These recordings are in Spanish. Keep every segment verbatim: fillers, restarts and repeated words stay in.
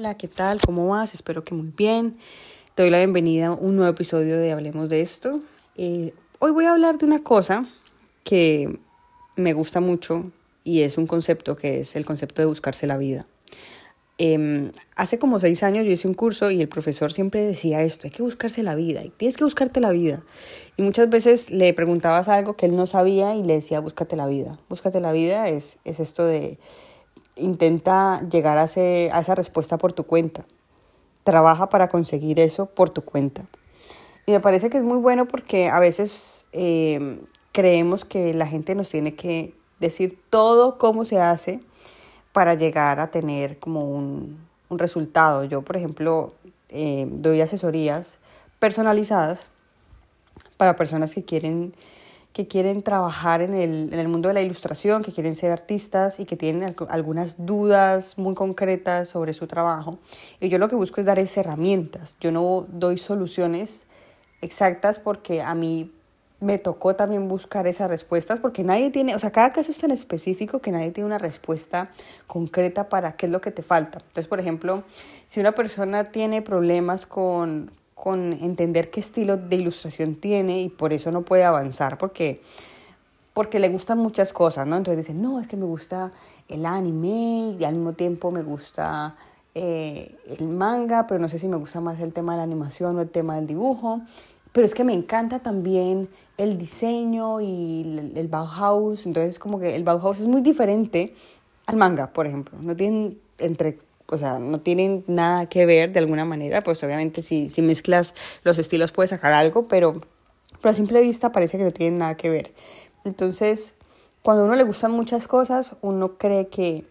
Hola, ¿qué tal? ¿Cómo vas? Espero que muy bien. Te doy la bienvenida a un nuevo episodio de Hablemos de esto. Eh, hoy voy a hablar de una cosa que me gusta mucho y es un concepto que es el concepto de buscarse la vida. Eh, hace como seis años yo hice un curso y el profesor siempre decía esto: hay que buscarse la vida y tienes que buscarte la vida. Y muchas veces le preguntabas algo que él no sabía y le decía: búscate la vida. Búscate la vida es, es esto de intenta llegar a, ese, a esa respuesta por tu cuenta. Trabaja para conseguir eso por tu cuenta. Y me parece que es muy bueno porque a veces eh, creemos que la gente nos tiene que decir todo cómo se hace para llegar a tener como un, un resultado. Yo, por ejemplo, eh, doy asesorías personalizadas para personas que quieren, que quieren trabajar en el, en el mundo de la ilustración, que quieren ser artistas y que tienen algunas dudas muy concretas sobre su trabajo. Y yo lo que busco es dar esas herramientas. Yo no doy soluciones exactas porque a mí me tocó también buscar esas respuestas, porque nadie tiene, o sea, cada caso es tan específico que nadie tiene una respuesta concreta para qué es lo que te falta. Entonces, por ejemplo, si una persona tiene problemas con, con entender qué estilo de ilustración tiene y por eso no puede avanzar, porque, porque le gustan muchas cosas, ¿no? Entonces dicen: no, es que me gusta el anime y al mismo tiempo me gusta eh, el manga, pero no sé si me gusta más el tema de la animación o el tema del dibujo. Pero es que me encanta también el diseño y el, el Bauhaus. Entonces, como que el Bauhaus es muy diferente al manga, por ejemplo. No tienen entre, o sea, no tienen nada que ver de alguna manera. Pues obviamente si, si mezclas los estilos puedes sacar algo, pero, pero a simple vista parece que no tienen nada que ver. Entonces, cuando a uno le gustan muchas cosas, uno cree que...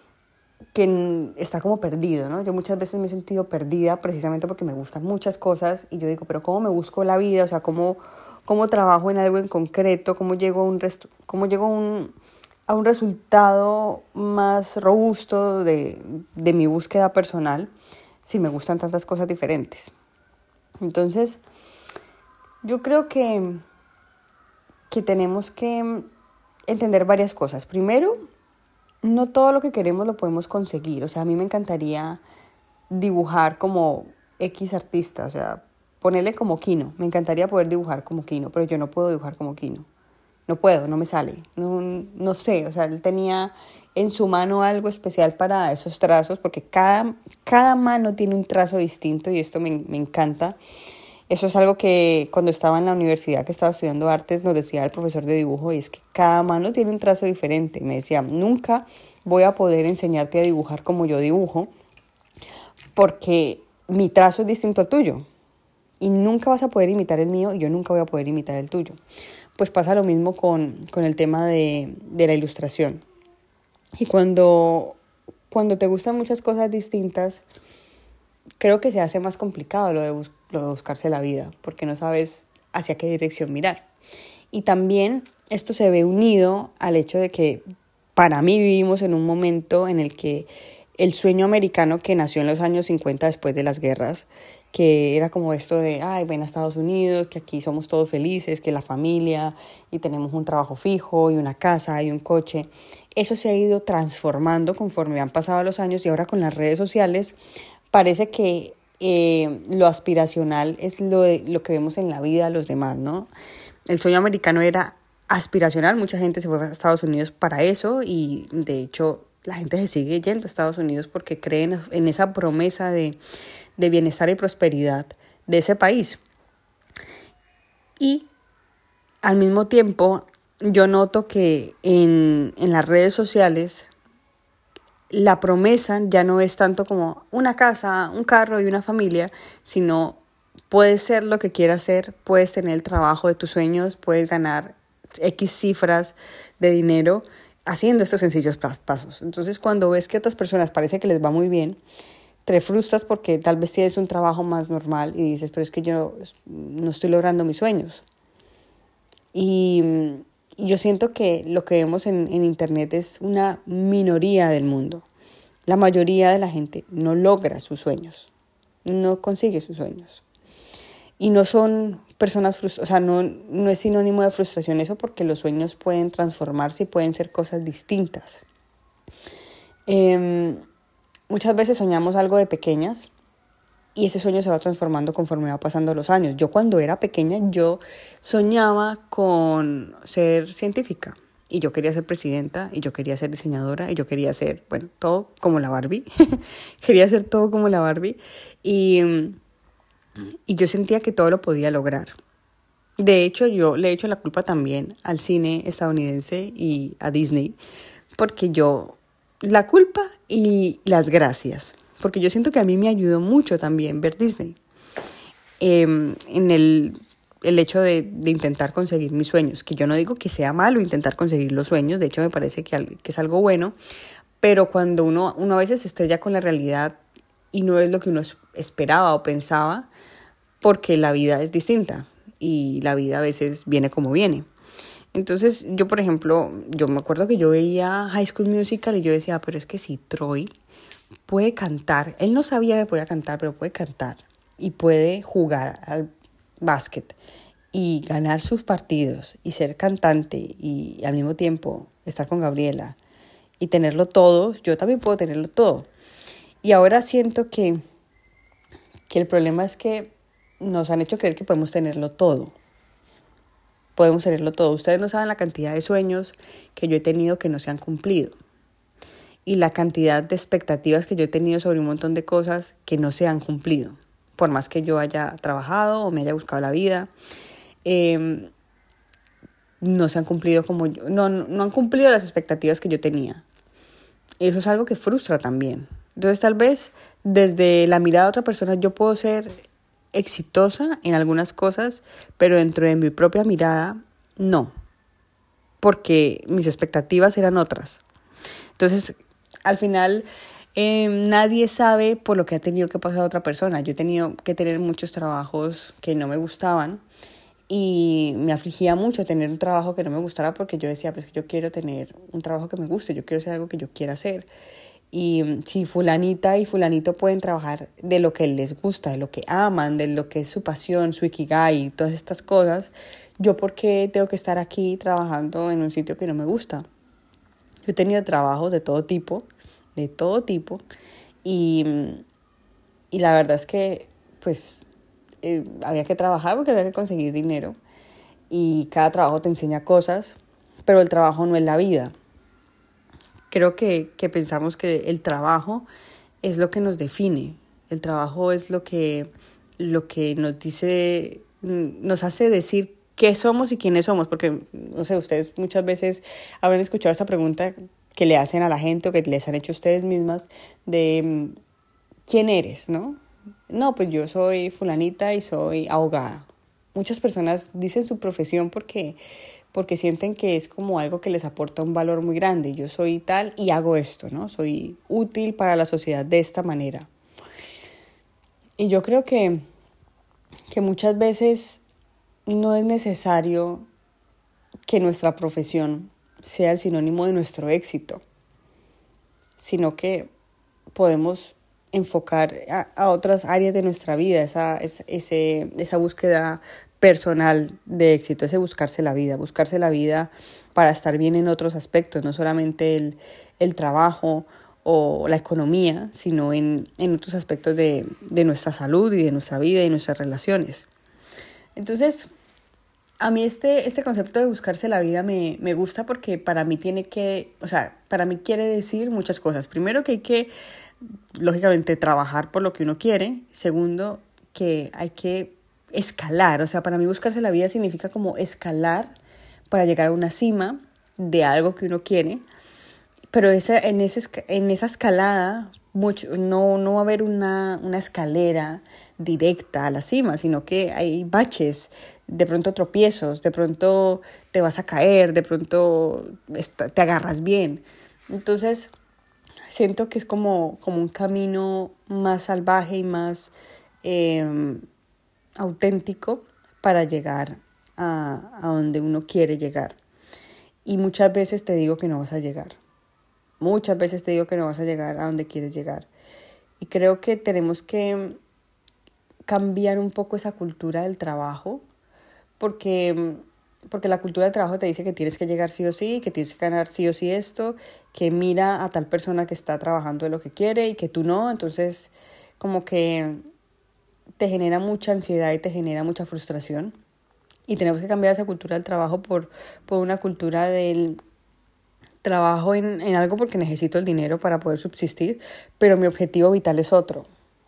que está como perdido, ¿no? Yo muchas veces me he sentido perdida precisamente porque me gustan muchas cosas y yo digo: pero ¿cómo me busco la vida? O sea, ¿cómo, cómo trabajo en algo en concreto? ¿Cómo llego a un, restu- cómo llego a un, a un resultado más robusto de, de mi búsqueda personal si me gustan tantas cosas diferentes? Entonces, yo creo que, que tenemos que entender varias cosas. Primero, no todo lo que queremos lo podemos conseguir. O sea, a mí me encantaría dibujar como X artista, o sea, ponerle como Kino. Me encantaría poder dibujar como Kino, pero yo no puedo dibujar como Kino. No puedo, no me sale. No, no sé, o sea, él tenía en su mano algo especial para esos trazos, porque cada, cada mano tiene un trazo distinto y esto me, me encanta. Eso es algo que cuando estaba en la universidad, que estaba estudiando artes, nos decía el profesor de dibujo, y es que cada mano tiene un trazo diferente. Me decía: nunca voy a poder enseñarte a dibujar como yo dibujo, porque mi trazo es distinto al tuyo. Y nunca vas a poder imitar el mío y yo nunca voy a poder imitar el tuyo. Pues pasa lo mismo con, con el tema de, de la ilustración. Y cuando, cuando te gustan muchas cosas distintas, creo que se hace más complicado lo de, bus- lo de buscarse la vida, porque no sabes hacia qué dirección mirar. Y también esto se ve unido al hecho de que para mí vivimos en un momento en el que el sueño americano que nació en los años cincuenta después de las guerras, que era como esto de: ay, ven a Estados Unidos, que aquí somos todos felices, que la familia, y tenemos un trabajo fijo, y una casa, y un coche. Eso se ha ido transformando conforme han pasado los años, y ahora con las redes sociales parece que eh, lo aspiracional es lo, de, lo que vemos en la vida de los demás, ¿no? El sueño americano era aspiracional, mucha gente se fue a Estados Unidos para eso y de hecho la gente se sigue yendo a Estados Unidos porque creen en esa promesa de, de bienestar y prosperidad de ese país. Y al mismo tiempo yo noto que en, en las redes sociales la promesa ya no es tanto como una casa, un carro y una familia, sino puedes ser lo que quieras ser, puedes tener el trabajo de tus sueños, puedes ganar X cifras de dinero haciendo estos sencillos pasos. Entonces, cuando ves que a otras personas parece que les va muy bien, te frustras porque tal vez tienes un trabajo más normal y dices: pero es que yo no estoy logrando mis sueños. Y, y yo siento que lo que vemos en, en internet es una minoría del mundo. La mayoría de la gente no logra sus sueños, no consigue sus sueños. Y no son personas frustradas, o sea, no, no es sinónimo de frustración eso, porque los sueños pueden transformarse y pueden ser cosas distintas. Eh, muchas veces soñamos algo de pequeñas y ese sueño se va transformando conforme va pasando los años. Yo cuando era pequeña, yo soñaba con ser científica. Y yo quería ser presidenta, y yo quería ser diseñadora, y yo quería ser, bueno, todo como la Barbie. Quería hacer todo como la Barbie. Y, y yo sentía que todo lo podía lograr. De hecho, yo le echo la culpa también al cine estadounidense y a Disney. Porque yo, la culpa y las gracias. Porque yo siento que a mí me ayudó mucho también ver Disney. Eh, en el... el hecho de, de intentar conseguir mis sueños, que yo no digo que sea malo intentar conseguir los sueños, de hecho me parece que, que es algo bueno, pero cuando uno, uno a veces se estrella con la realidad y no es lo que uno esperaba o pensaba, porque la vida es distinta y la vida a veces viene como viene. Entonces yo, por ejemplo, yo me acuerdo que yo veía High School Musical y yo decía, pero es que si Troy puede cantar, él no sabía que podía cantar, pero puede cantar y puede jugar al básquet y ganar sus partidos y ser cantante y al mismo tiempo estar con Gabriela y tenerlo todo, yo también puedo tenerlo todo. Y ahora siento que, que el problema es que nos han hecho creer que podemos tenerlo todo. Podemos tenerlo todo. Ustedes no saben la cantidad de sueños que yo he tenido que no se han cumplido. Y la cantidad de expectativas que yo he tenido sobre un montón de cosas que no se han cumplido. Por más que yo haya trabajado o me haya buscado la vida, eh, no se han cumplido como yo, no, no han cumplido las expectativas que yo tenía. Y eso es algo que frustra también. Entonces tal vez desde la mirada de otra persona yo puedo ser exitosa en algunas cosas, pero dentro de mi propia mirada no, porque mis expectativas eran otras. Entonces al final Eh, nadie sabe por lo que ha tenido que pasar otra persona. Yo he tenido que tener muchos trabajos que no me gustaban y me afligía mucho tener un trabajo que no me gustara porque yo decía, pues que yo quiero tener un trabajo que me guste, yo quiero hacer algo que yo quiera hacer. Y si fulanita y fulanito pueden trabajar de lo que les gusta, de lo que aman, de lo que es su pasión, su ikigai, todas estas cosas, ¿yo por qué tengo que estar aquí trabajando en un sitio que no me gusta? Yo he tenido trabajos de todo tipo, de todo tipo, y, y la verdad es que pues eh, había que trabajar porque había que conseguir dinero y cada trabajo te enseña cosas, pero el trabajo no es la vida. Creo que, que pensamos que el trabajo es lo que nos define, el trabajo es lo que, lo que nos dice, nos hace decir qué somos y quiénes somos, porque, no sé, ustedes muchas veces habrán escuchado esta pregunta que le hacen a la gente o que les han hecho ustedes mismas de ¿quién eres?, ¿no? No, pues yo soy fulanita y soy abogada. Muchas personas dicen su profesión porque, porque sienten que es como algo que les aporta un valor muy grande. Yo soy tal y hago esto, ¿no? Soy útil para la sociedad de esta manera. Y yo creo que, que muchas veces no es necesario que nuestra profesión sea el sinónimo de nuestro éxito, sino que podemos enfocar a, a otras áreas de nuestra vida, esa, esa, ese, esa búsqueda personal de éxito, ese buscarse la vida, buscarse la vida para estar bien en otros aspectos, no solamente el, el trabajo o la economía, sino en, en otros aspectos de, de nuestra salud y de nuestra vida y nuestras relaciones. Entonces, a mí este, este concepto de buscarse la vida me, me gusta porque para mí tiene que, o sea, para mí quiere decir muchas cosas. Primero, que hay que, lógicamente, trabajar por lo que uno quiere. Segundo, que hay que escalar. O sea, para mí buscarse la vida significa como escalar para llegar a una cima de algo que uno quiere. Pero esa, en, ese, en esa escalada mucho, no, no va a haber una, una escalera directa a la cima, sino que hay baches, de pronto tropiezos, de pronto te vas a caer, de pronto te agarras bien. Entonces siento que es como, como un camino más salvaje y más eh, auténtico para llegar a, a donde uno quiere llegar. Y muchas veces te digo que no vas a llegar. Muchas veces te digo que no vas a llegar a donde quieres llegar. Y creo que tenemos que cambiar un poco esa cultura del trabajo, porque porque la cultura de trabajo te dice que tienes que llegar sí o sí, que tienes que ganar sí o sí esto, que mira a tal persona que está trabajando de lo que quiere y que tú no, entonces como que te genera mucha ansiedad y te genera mucha frustración. Y tenemos que cambiar esa cultura del trabajo por, por una cultura del trabajo en, en algo porque necesito el dinero para poder subsistir, pero mi objetivo vital es otro.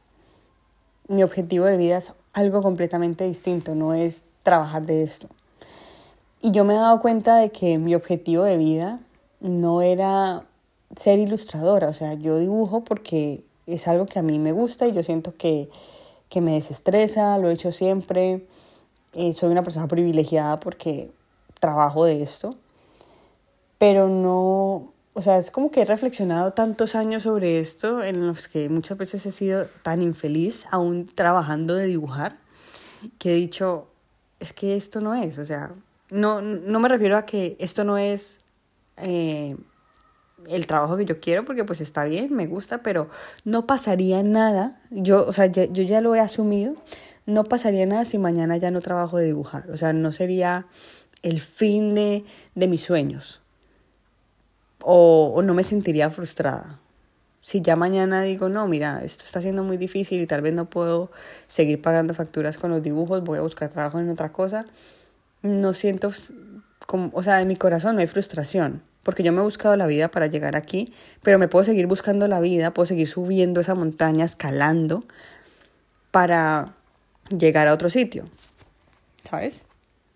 Mi objetivo de vida es algo completamente distinto, no es trabajar de esto. Y yo me he dado cuenta de que mi objetivo de vida no era ser ilustradora, o sea, yo dibujo porque es algo que a mí me gusta y yo siento que, que me desestresa, lo he hecho siempre, eh, soy una persona privilegiada porque trabajo de esto, pero no, o sea, es como que he reflexionado tantos años sobre esto en los que muchas veces he sido tan infeliz aún trabajando de dibujar que he dicho, es que esto no es, o sea, no, no me refiero a que esto no es eh, el trabajo que yo quiero, porque pues está bien, me gusta, pero no pasaría nada, yo, o sea, ya, yo ya lo he asumido, no pasaría nada si mañana ya no trabajo de dibujar, o sea, no sería el fin de, de mis sueños, o, o no me sentiría frustrada. Si ya mañana digo, no, mira, esto está siendo muy difícil y tal vez no puedo seguir pagando facturas con los dibujos, voy a buscar trabajo en otra cosa, no siento, como, o sea, en mi corazón no hay frustración, porque yo me he buscado la vida para llegar aquí, pero me puedo seguir buscando la vida, puedo seguir subiendo esa montaña, escalando, para llegar a otro sitio, ¿sabes?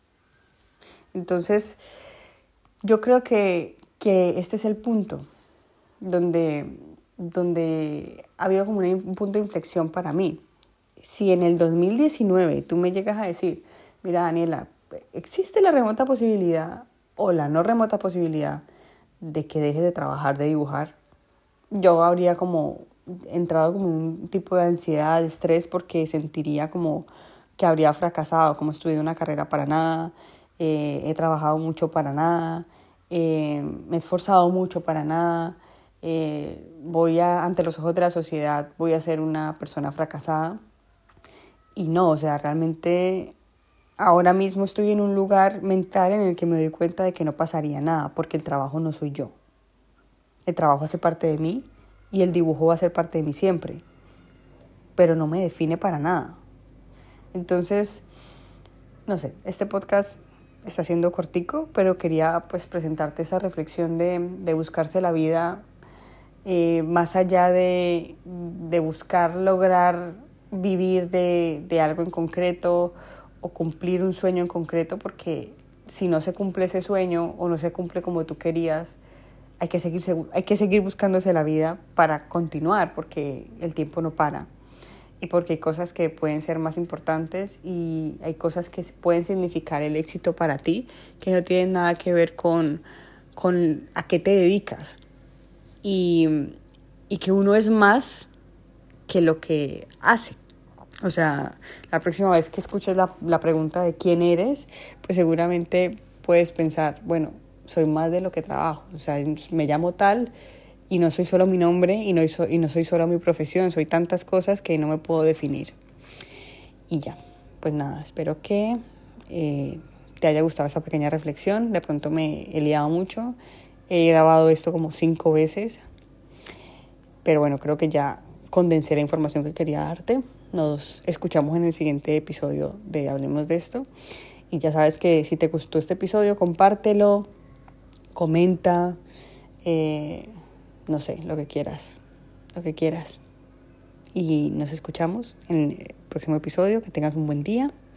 Entonces, yo creo que, que este es el punto donde, donde ha habido como un punto de inflexión para mí. Si en el dos mil diecinueve tú me llegas a decir, mira, Daniela, existe la remota posibilidad o la no remota posibilidad de que dejes de trabajar, de dibujar, yo habría como entrado como un tipo de ansiedad, de estrés, porque sentiría como que habría fracasado, como estudié una carrera para nada, eh, he trabajado mucho para nada, eh, me he esforzado mucho para nada, eh, voy a, ante los ojos de la sociedad, voy a ser una persona fracasada. Y no, o sea, realmente ahora mismo estoy en un lugar mental en el que me doy cuenta de que no pasaría nada, porque el trabajo no soy yo. El trabajo hace parte de mí y el dibujo va a ser parte de mí siempre, pero no me define para nada. Entonces, no sé, este podcast está siendo cortico, pero quería pues presentarte esa reflexión de, de buscarse la vida eh, más allá de, de buscar lograr vivir de, de algo en concreto o cumplir un sueño en concreto, porque si no se cumple ese sueño o no se cumple como tú querías, hay que seguir, hay que seguir buscándose la vida para continuar, porque el tiempo no para y porque hay cosas que pueden ser más importantes y hay cosas que pueden significar el éxito para ti que no tienen nada que ver con, con a qué te dedicas y, y que uno es más que lo que hace. O sea, la próxima vez que escuches la, la pregunta de quién eres, pues seguramente puedes pensar, bueno, soy más de lo que trabajo. O sea, me llamo tal y no soy solo mi nombre y no, soy, y no soy solo mi profesión. Soy tantas cosas que no me puedo definir. Y ya, pues nada, espero que eh, te haya gustado esa pequeña reflexión. De pronto me he liado mucho. He grabado esto como cinco veces. Pero bueno, creo que ya condensé la información que quería darte. Nos escuchamos en el siguiente episodio de Hablemos de esto. Y ya sabes que si te gustó este episodio, compártelo, comenta, eh, no sé, lo que quieras, lo que quieras. Y nos escuchamos en el próximo episodio. Que tengas un buen día.